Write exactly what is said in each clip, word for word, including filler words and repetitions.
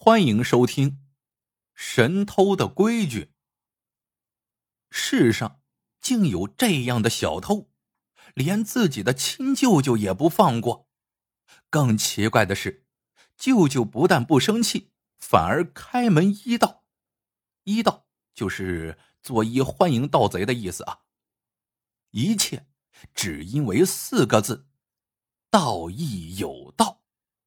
欢迎收听《神偷的规矩》。世上竟有这样的小偷，连自己的亲舅舅也不放过。更奇怪的是，舅舅不但不生气，反而开门医道。医道就是作揖欢迎盗贼的意思啊。一切只因为四个字：道义有道。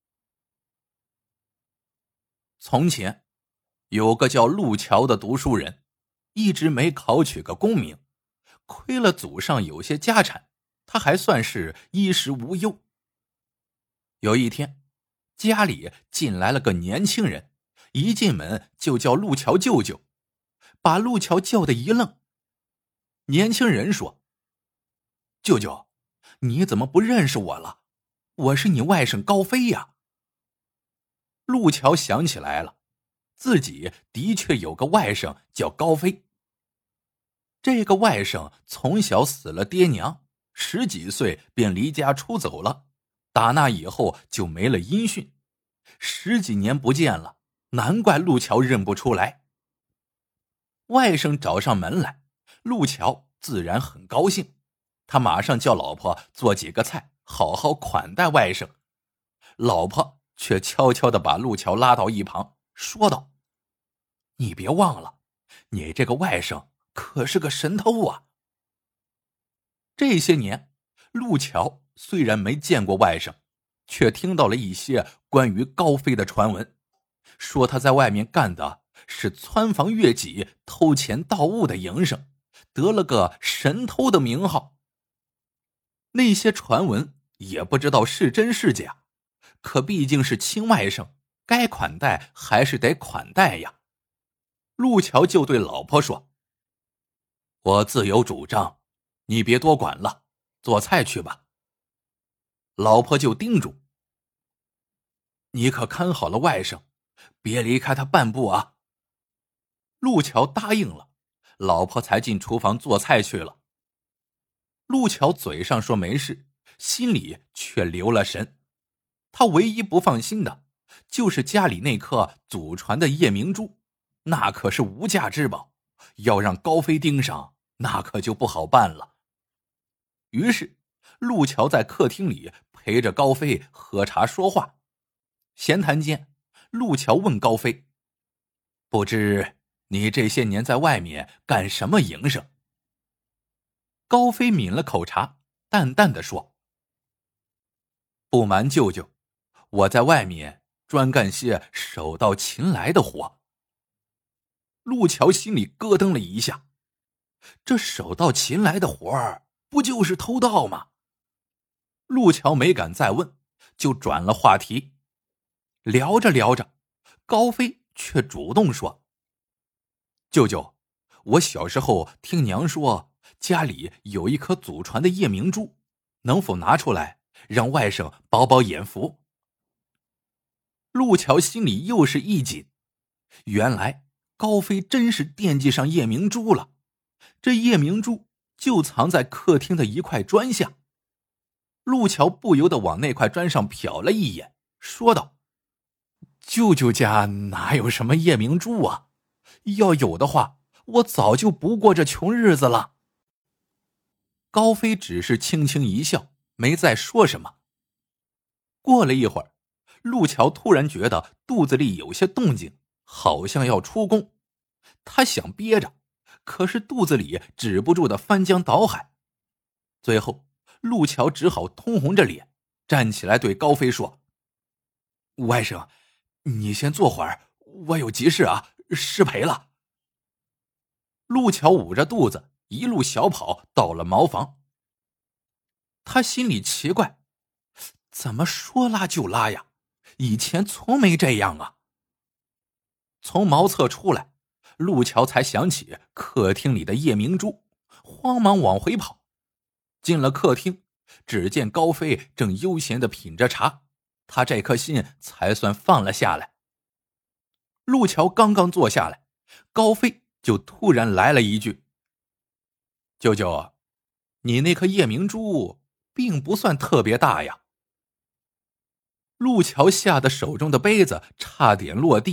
从前有个叫陆桥的读书人，一直没考取个功名，亏了祖上有些家产，他还算是衣食无忧。有一天，家里进来了个年轻人，一进门就叫陆桥舅舅，把陆桥叫得一愣。年轻人说：舅舅，你怎么不认识我了？我是你外甥高飞呀。陆桥想起来了，自己的确有个外甥叫高飞。这个外甥从小死了爹娘，十几岁便离家出走了，打那以后就没了音讯，十几年不见了，难怪陆桥认不出来。外甥找上门来，陆桥自然很高兴，他马上叫老婆做几个菜，好好款待外甥。老婆却悄悄地把陆桥拉到一旁，说道：你别忘了，你这个外甥可是个神偷啊。这些年，陆桥虽然没见过外甥，却听到了一些关于高飞的传闻，说他在外面干的是窜房越脊、偷钱盗物的营生，得了个神偷的名号。那些传闻也不知道是真是假，可毕竟是亲外甥，该款待还是得款待呀。陆桥就对老婆说：我自有主张，你别多管了，做菜去吧。老婆就叮嘱：你可看好了外甥，别离开他半步啊。陆桥答应了，老婆才进厨房做菜去了。陆桥嘴上说没事，心里却留了神。他唯一不放心的就是家里那颗祖传的夜明珠，那可是无价之宝，要让高飞盯上，那可就不好办了。于是陆桥在客厅里陪着高飞喝茶说话。闲谈间，陆桥问高飞：不知你这些年在外面干什么营生？高飞抿了口茶，淡淡的说：不瞒舅舅，我在外面专干些手到擒来的活。陆桥心里咯噔了一下，这手到擒来的活儿不就是偷盗吗？陆桥没敢再问，就转了话题。聊着聊着，高飞却主动说：舅舅，我小时候听娘说家里有一颗祖传的夜明珠，能否拿出来让外甥饱饱眼福？陆桥心里又是一紧，原来高飞真是惦记上夜明珠了。这夜明珠就藏在客厅的一块砖下。陆桥不由得往那块砖上瞟了一眼，说道：舅舅家哪有什么夜明珠啊？要有的话，我早就不过这穷日子了。高飞只是轻轻一笑，没再说什么。过了一会儿，陆桥突然觉得肚子里有些动静，好像要出宫。他想憋着，可是肚子里止不住的翻江倒海。最后陆桥只好通红着脸站起来对高飞说：外甥，你先坐会儿，我有急事啊，失陪了。陆桥捂着肚子一路小跑到了茅房。他心里奇怪，怎么说拉就拉呀？以前从没这样啊。从茅厕出来，陆桥才想起客厅里的夜明珠，慌忙往回跑。进了客厅，只见高飞正悠闲地品着茶，他这颗心才算放了下来。陆桥刚刚坐下来，高飞就突然来了一句：舅舅，你那颗夜明珠并不算特别大呀。陆桥吓得手中的杯子差点落地，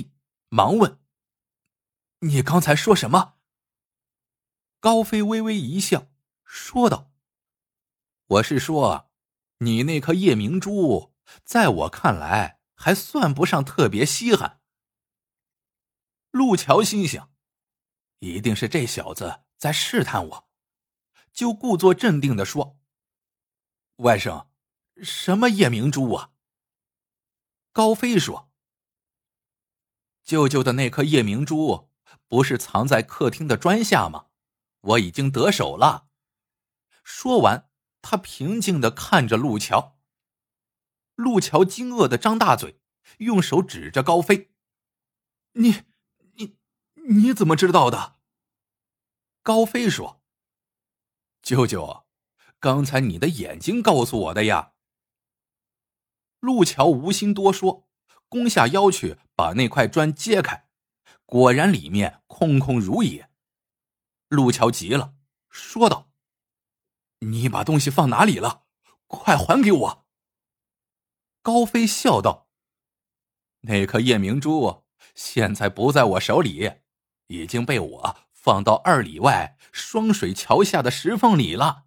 忙问：“你刚才说什么？”高飞微微一笑，说道：“我是说，你那颗夜明珠，在我看来还算不上特别稀罕。”陆桥心想，一定是这小子在试探我，就故作镇定地说：“外甥，什么夜明珠啊？”高飞说：“舅舅的那颗夜明珠不是藏在客厅的砖下吗？我已经得手了。”说完，他平静地看着陆桥。陆桥惊愕地张大嘴，用手指着高飞：“你、你、你怎么知道的？”高飞说：“舅舅，刚才你的眼睛告诉我的呀。”陆桥无心多说，弓下腰去把那块砖揭开，果然里面空空如也。陆桥急了，说道：“你把东西放哪里了？快还给我！”高飞笑道：“那颗夜明珠现在不在我手里，已经被我放到二里外双水桥下的石缝里了。”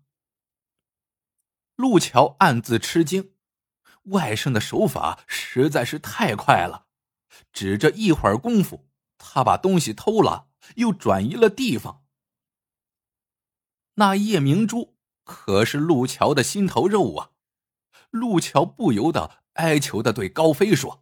陆桥暗自吃惊，外甥的手法实在是太快了，只这一会儿功夫，他把东西偷了，又转移了地方。那夜明珠可是陆桥的心头肉啊！陆桥不由得哀求地对高飞说：“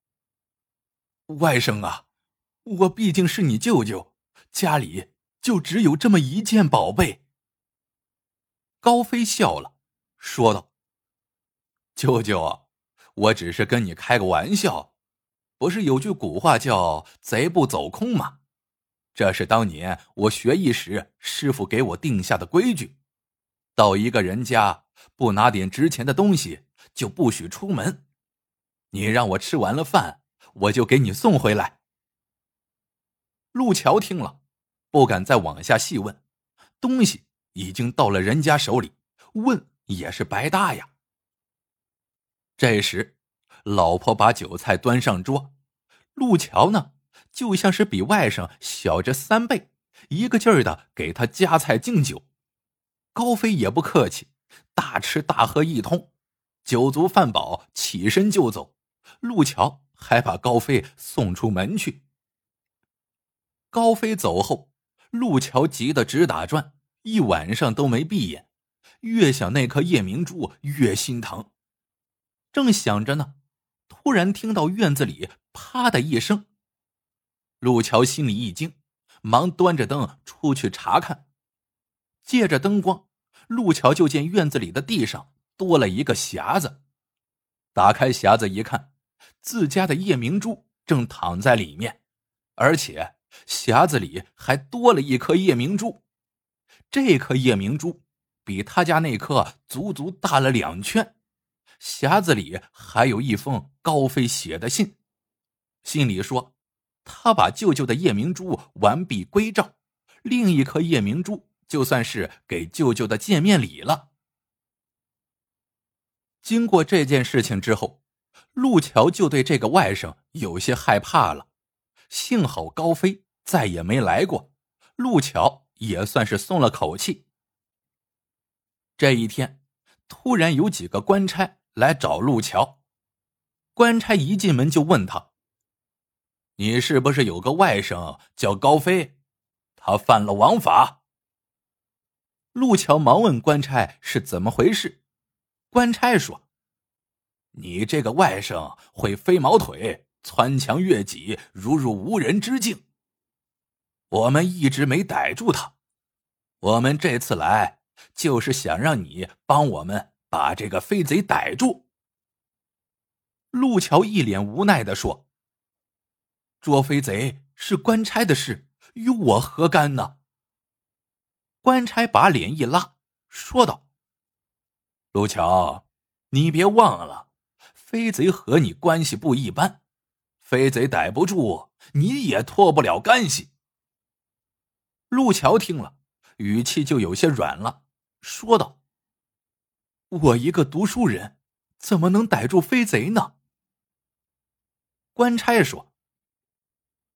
外甥啊，我毕竟是你舅舅，家里就只有这么一件宝贝。”高飞笑了，说道：“舅舅，我只是跟你开个玩笑，不是有句古话叫贼不走空吗？这是当年我学艺时师傅给我定下的规矩，到一个人家不拿点值钱的东西就不许出门。你让我吃完了饭，我就给你送回来。”陆桥听了，不敢再往下细问，东西已经到了人家手里，问也是白搭呀。这时，老婆把酒菜端上桌，陆桥呢，就像是比外甥小着三倍，一个劲儿的给他夹菜敬酒。高飞也不客气，大吃大喝一通，酒足饭饱，起身就走。陆桥还把高飞送出门去。高飞走后，陆桥急得直打转，一晚上都没闭眼，越想那颗夜明珠越心疼。正想着呢，突然听到院子里啪的一声，陆桥心里一惊，忙端着灯出去查看。借着灯光，陆桥就见院子里的地上多了一个匣子。打开匣子一看，自家的夜明珠正躺在里面，而且匣子里还多了一颗夜明珠。这颗夜明珠比他家那颗足足大了两圈。匣子里还有一封高飞写的信，信里说他把舅舅的夜明珠完璧归赵，另一颗夜明珠就算是给舅舅的见面礼了。经过这件事情之后，陆桥就对这个外甥有些害怕了。幸好高飞再也没来过，陆桥也算是松了口气。这一天，突然有几个官差来找陆桥。官差一进门就问他：“你是不是有个外甥叫高飞？他犯了王法？”陆桥忙问官差是怎么回事。官差说：“你这个外甥会飞毛腿，窜墙越脊，如入无人之境。我们一直没逮住他，我们这次来就是想让你帮我们把这个飞贼逮住。”陆桥一脸无奈地说：“捉飞贼是官差的事，与我何干呢？”官差把脸一拉，说道：“陆桥，你别忘了，飞贼和你关系不一般，飞贼逮不住，你也脱不了干系。”陆桥听了，语气就有些软了，说道：“我一个读书人，怎么能逮住飞贼呢？”官差说：“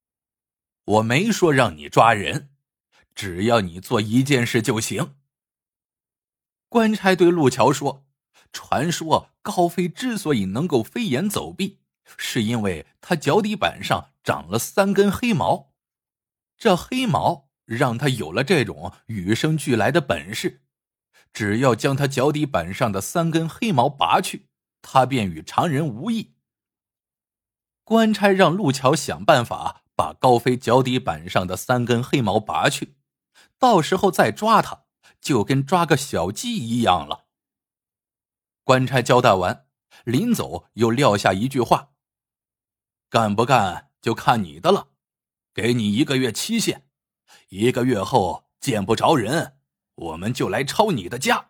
我没说让你抓人，只要你做一件事就行。”官差对陆桥说，传说高飞之所以能够飞檐走壁，是因为他脚底板上长了三根黑毛，这黑毛让他有了这种与生俱来的本事，只要将他脚底板上的三根黑毛拔去，他便与常人无异。官差让陆桥想办法把高飞脚底板上的三根黑毛拔去，到时候再抓他，就跟抓个小鸡一样了。官差交代完，临走又撂下一句话：“干不干就看你的了，给你一个月期限，一个月后见不着人，我们就来抄你的家。”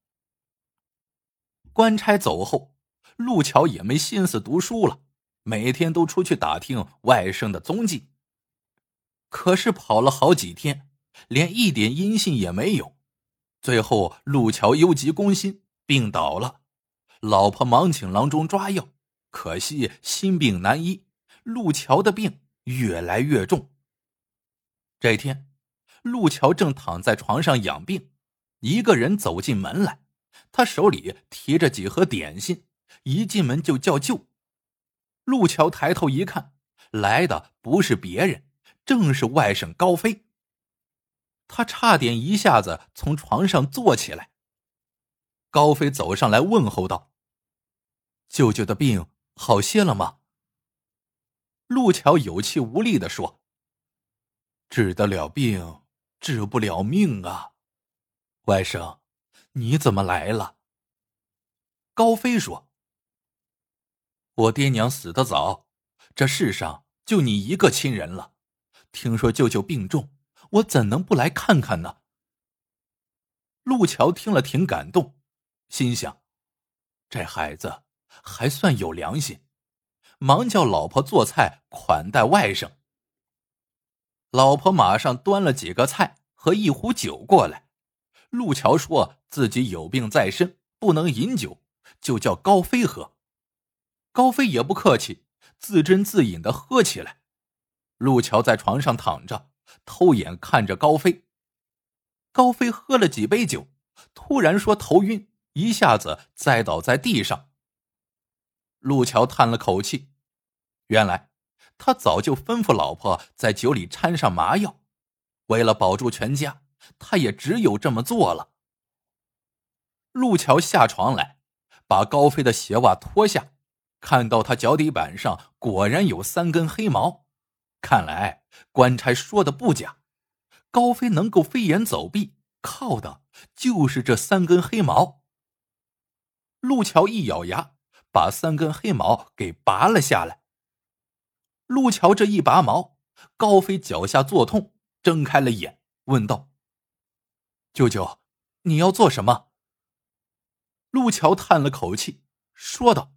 官差走后，陆桥也没心思读书了，每天都出去打听外甥的踪迹。可是跑了好几天，连一点音信也没有。最后陆桥忧急攻心，病倒了。老婆忙请郎中抓药，可惜心病难医，陆桥的病越来越重。这天，陆桥正躺在床上养病，一个人走进门来，他手里提着几盒点心，一进门就叫救。陆桥抬头一看，来的不是别人，正是外甥高飞。他差点一下子从床上坐起来。高飞走上来问候道：“舅舅的病好些了吗？”陆桥有气无力地说：“治得了病，治不了命啊。外甥，你怎么来了？”高飞说：“我爹娘死得早，这世上就你一个亲人了。听说舅舅病重，我怎能不来看看呢？”陆桥听了挺感动，心想这孩子还算有良心，忙叫老婆做菜款待外甥。老婆马上端了几个菜和一壶酒过来。陆桥说自己有病在身，不能饮酒，就叫高飞喝。高飞也不客气，自斟自饮地喝起来。陆桥在床上躺着，偷眼看着高飞。高飞喝了几杯酒，突然说头晕，一下子栽倒在地上。陆桥叹了口气，原来他早就吩咐老婆在酒里掺上麻药，为了保住全家，他也只有这么做了。陆桥下床来，把高飞的鞋袜脱下，看到他脚底板上果然有三根黑毛，看来官差说的不假，高飞能够飞檐走壁，靠的就是这三根黑毛。陆桥一咬牙，把三根黑毛给拔了下来。陆桥这一拔毛，高飞脚下作痛，睁开了眼，问道：“舅舅，你要做什么？”陆桥叹了口气，说道：“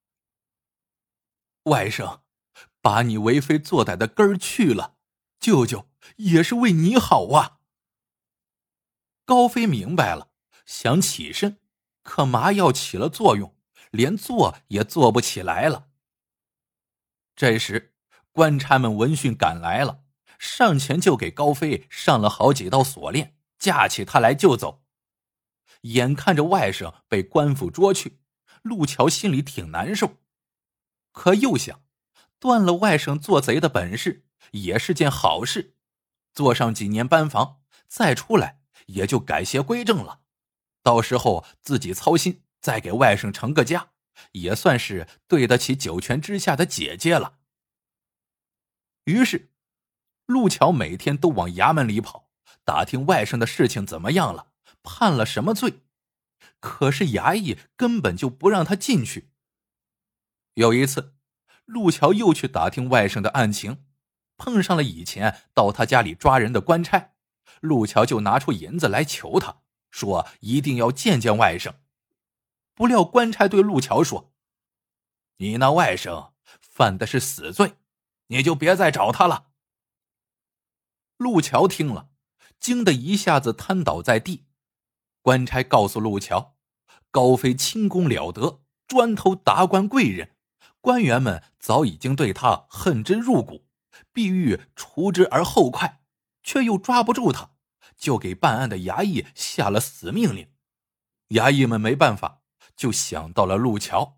外甥，把你为非作歹的根儿去了，舅舅也是为你好啊。”高飞明白了，想起身，可麻药起了作用，连坐也坐不起来了。这时官差们闻讯赶来了，上前就给高飞上了好几道锁链，架起他来就走。眼看着外甥被官府捉去，陆桥心里挺难受，可又想断了外甥做贼的本事也是件好事，做上几年班房，再出来也就改邪归正了，到时候自己操心，再给外甥成个家，也算是对得起九泉之下的姐姐了。于是陆桥每天都往衙门里跑，打听外甥的事情怎么样了，判了什么罪，可是衙役根本就不让他进去。有一次陆桥又去打听外甥的案情，碰上了以前到他家里抓人的官差，陆桥就拿出银子来求他，说一定要见见外甥。不料官差对陆桥说：“你那外甥犯的是死罪，你就别再找他了。”陆桥听了，惊得一下子瘫倒在地。官差告诉陆桥，高飞轻功了得，专偷达官贵人，官员们早已经对他恨之入骨， 必欲除之而后快，却又抓不住他，就给办案的衙役下了死命令。衙役们没办法，就想到了陆桥。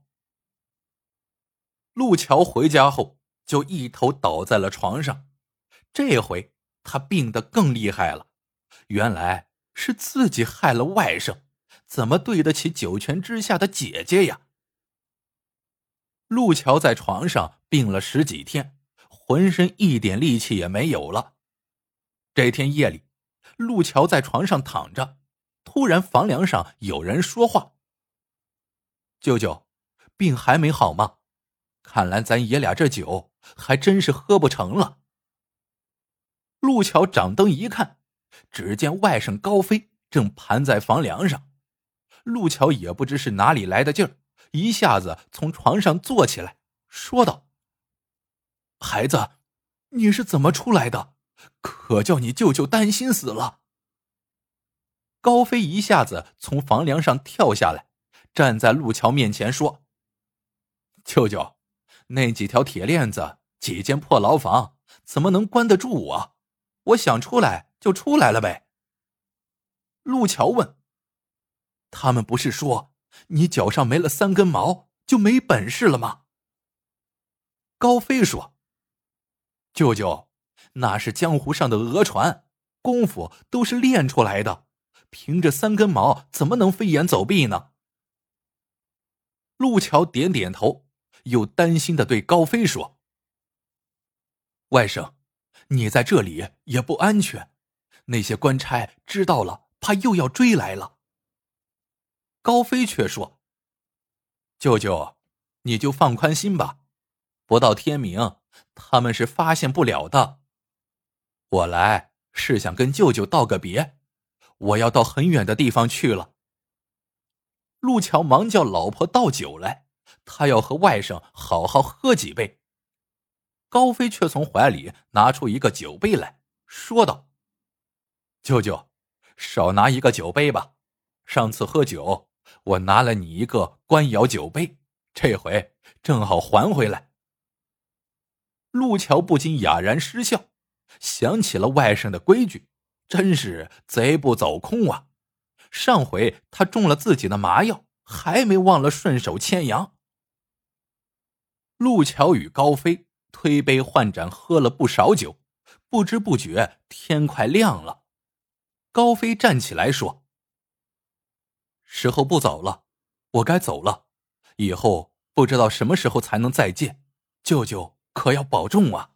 陆桥回家后就一头倒在了床上，这回他病得更厉害了，原来是自己害了外甥，怎么对得起九泉之下的姐姐呀？陆桥在床上病了十几天，浑身一点力气也没有了。这天夜里，陆桥在床上躺着，突然房梁上有人说话：“舅舅，病还没好吗？看来咱爷俩这酒还真是喝不成了。”陆桥掌灯一看，只见外甥高飞正盘在房梁上。陆桥也不知是哪里来的劲儿，一下子从床上坐起来，说道：“孩子，你是怎么出来的？可叫你舅舅担心死了。”高飞一下子从房梁上跳下来，站在陆桥面前说：“舅舅，那几条铁链子，几间破牢房，怎么能关得住我？我想出来就出来了呗。”陆桥问：“他们不是说你脚上没了三根毛就没本事了吗？”高飞说：“舅舅，那是江湖上的讹传，功夫都是练出来的，凭着三根毛怎么能飞檐走壁呢？”陆桥点点头，又担心地对高飞说：“外甥，你在这里也不安全，那些官差知道了，怕又要追来了。”高飞却说：“舅舅，你就放宽心吧，不到天明，他们是发现不了的。我来是想跟舅舅道个别，我要到很远的地方去了。”陆桥忙叫老婆倒酒来，他要和外甥好好喝几杯。高飞却从怀里拿出一个酒杯来，说道：“舅舅，少拿一个酒杯吧，上次喝酒我拿了你一个官窑酒杯，这回正好还回来。”陆桥不禁哑然失笑，想起了外甥的规矩，真是贼不走空啊！上回他中了自己的麻药，还没忘了顺手牵羊。陆桥与高飞推杯换盏喝了不少酒，不知不觉天快亮了。高飞站起来说：“时候不早了，我该走了，以后不知道什么时候才能再见，舅舅可要保重啊。”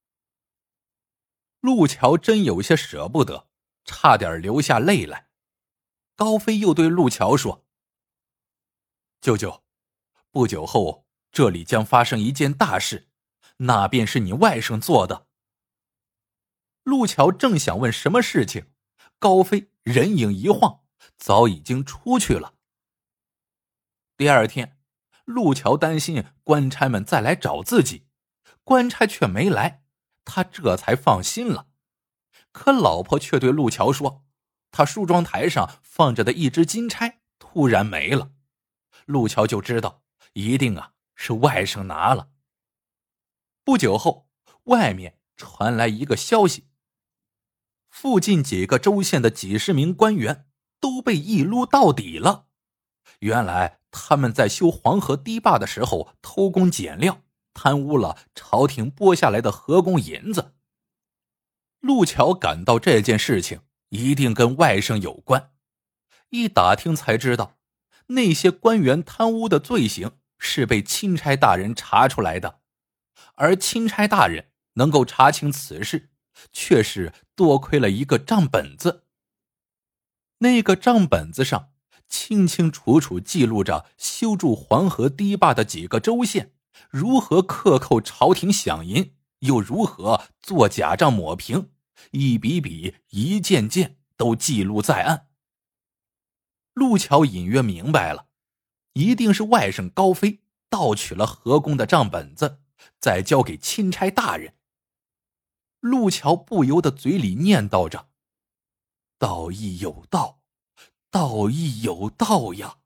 陆桥真有些舍不得，差点流下泪来。高飞又对陆桥说：“舅舅，不久后这里将发生一件大事，那便是你外甥做的。”陆桥正想问什么事情，高飞人影一晃，早已经出去了。第二天，陆桥担心官差们再来找自己，官差却没来，他这才放心了。可老婆却对陆桥说，他梳妆台上放着的一只金钗突然没了。陆桥就知道一定啊是外甥拿了。不久后，外面传来一个消息，附近几个州县的几十名官员都被一撸到底了。原来他们在修黄河堤坝的时候偷工减料，贪污了朝廷拨下来的河工银子。陆桥感到这件事情一定跟外甥有关，一打听才知道，那些官员贪污的罪行是被钦差大人查出来的，而钦差大人能够查清此事，却是多亏了一个账本子。那个账本子上清清楚楚记录着修筑黄河堤坝的几个州县如何克扣朝廷饷银，又如何做假账抹平，一笔笔一件件都记录在案。陆桥隐约明白了，一定是外甥高飞盗取了河工的账本子，再交给钦差大人。陆桥不由得嘴里念叨着：“道义有道，道义有道呀。”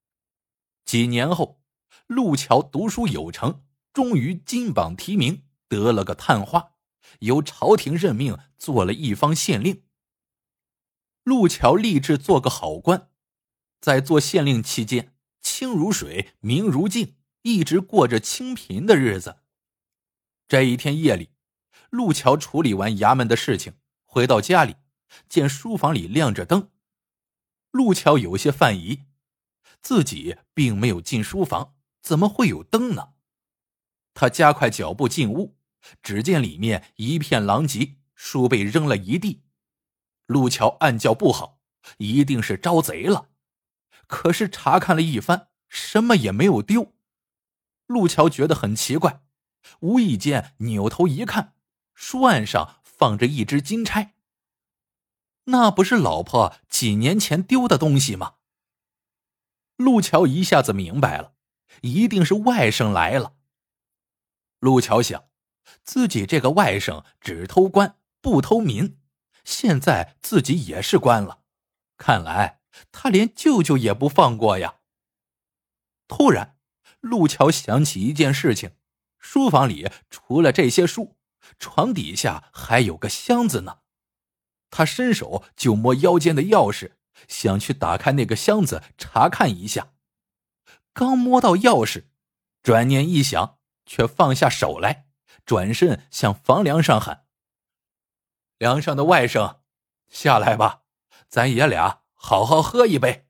几年后，陆桥读书有成，终于金榜题名， 得了个探花，由朝廷任命做了一方县令。陆桥立志做个好官，在做县令期间，清如水，明如镜，一直过着清贫的日子。这一天夜里，陆桥处理完衙门的事情，回到家里，见书房里亮着灯。陆桥有些犯疑，自己并没有进书房，怎么会有灯呢？他加快脚步进屋，只见里面一片狼藉，书被扔了一地。陆桥暗叫不好，一定是招贼了。可是查看了一番，什么也没有丢。陆桥觉得很奇怪，无意间扭头一看，书案上放着一只金钗。那不是老婆几年前丢的东西吗？陆桥一下子明白了，一定是外甥来了。陆桥想，自己这个外甥只偷官不偷民，现在自己也是官了，看来他连舅舅也不放过呀。突然，陆桥想起一件事情，书房里除了这些书，床底下还有个箱子呢。他伸手就摸腰间的钥匙，想去打开那个箱子查看一下。刚摸到钥匙，转念一想，却放下手来，转身向房梁上喊：梁上的外甥，下来吧，咱爷俩好好喝一杯。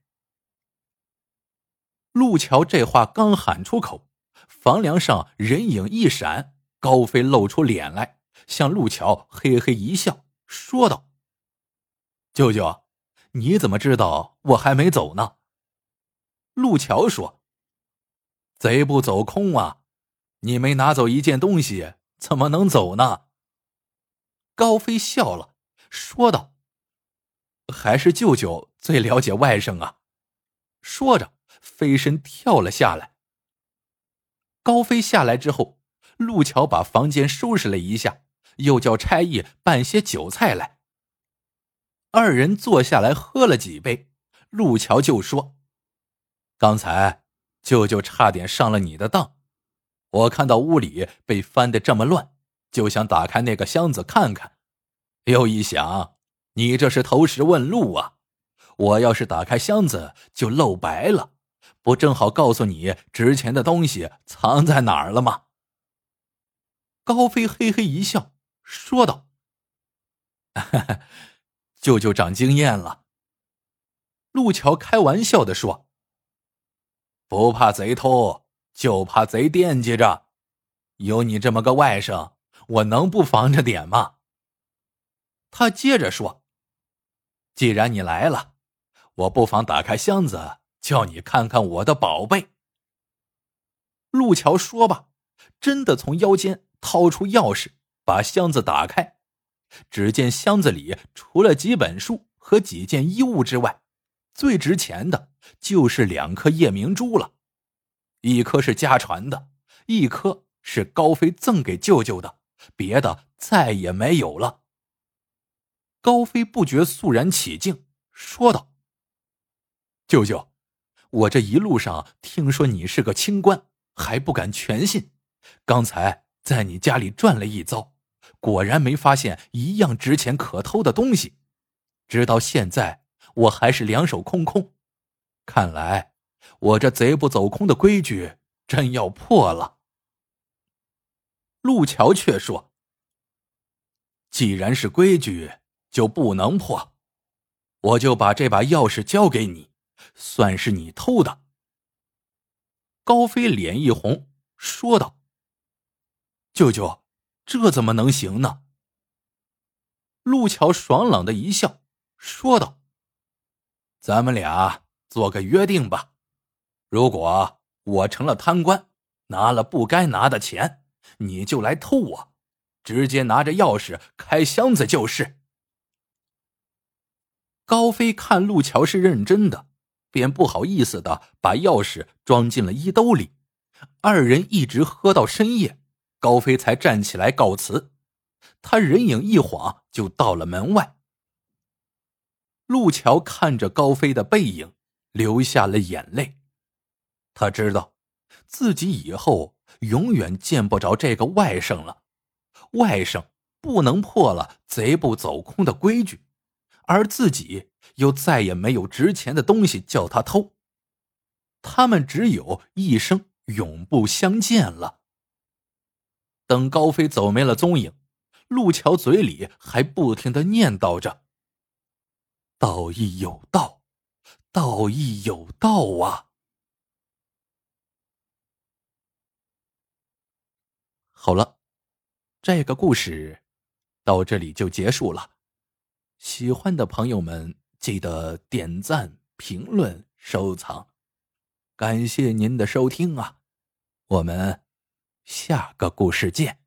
陆桥这话刚喊出口，房梁上人影一闪，高飞露出脸来，向陆桥嘿嘿一笑，说道：舅舅，你怎么知道我还没走呢？陆桥说：贼不走空啊，你没拿走一件东西，怎么能走呢？高飞笑了，说道：还是舅舅最了解外甥啊。说着飞身跳了下来。高飞下来之后，陆桥把房间收拾了一下，又叫差役办些酒菜来。二人坐下来喝了几杯，陆桥就说：刚才舅舅差点上了你的当，我看到屋里被翻得这么乱，就想打开那个箱子看看，又一想，你这是投石问路啊，我要是打开箱子就露白了，不正好告诉你值钱的东西藏在哪儿了吗？高飞嘿嘿一笑，说道：舅舅长经验了。陆桥开玩笑地说：不怕贼偷，就怕贼惦记着，有你这么个外甥，我能不防着点吗？他接着说：既然你来了，我不妨打开箱子，叫你看看我的宝贝。陆桥说罢，真的从腰间掏出钥匙，把箱子打开。只见箱子里除了几本书和几件衣物之外，最值钱的就是两颗夜明珠了。一颗是家传的，一颗是高飞赠给舅舅的，别的再也没有了。高飞不觉肃然起敬，说道：舅舅，我这一路上听说你是个清官，还不敢全信，刚才在你家里转了一遭，果然没发现一样值钱可偷的东西，直到现在我还是两手空空，看来我这贼不走空的规矩真要破了。陆桥却说：既然是规矩，就不能破，我就把这把钥匙交给你，算是你偷的。高飞脸一红，说道：舅舅，这怎么能行呢？陆桥爽朗的一笑，说道：咱们俩做个约定吧，如果我成了贪官，拿了不该拿的钱，你就来偷我，直接拿着钥匙开箱子就是。高飞看陆桥是认真的，便不好意思的把钥匙装进了衣兜里。二人一直喝到深夜，高飞才站起来告辞。他人影一晃就到了门外。陆桥看着高飞的背影，流下了眼泪。他知道自己以后永远见不着这个外甥了。 外甥不能破了贼不走空的规矩，而自己又再也没有值钱的东西叫他偷，他们只有一生永不相见了。等高飞走没了踪影，陆桥嘴里还不停地念叨着：道义有道，道义有道啊。好了，这个故事到这里就结束了。喜欢的朋友们记得点赞、评论、收藏。感谢您的收听啊，我们下个故事见。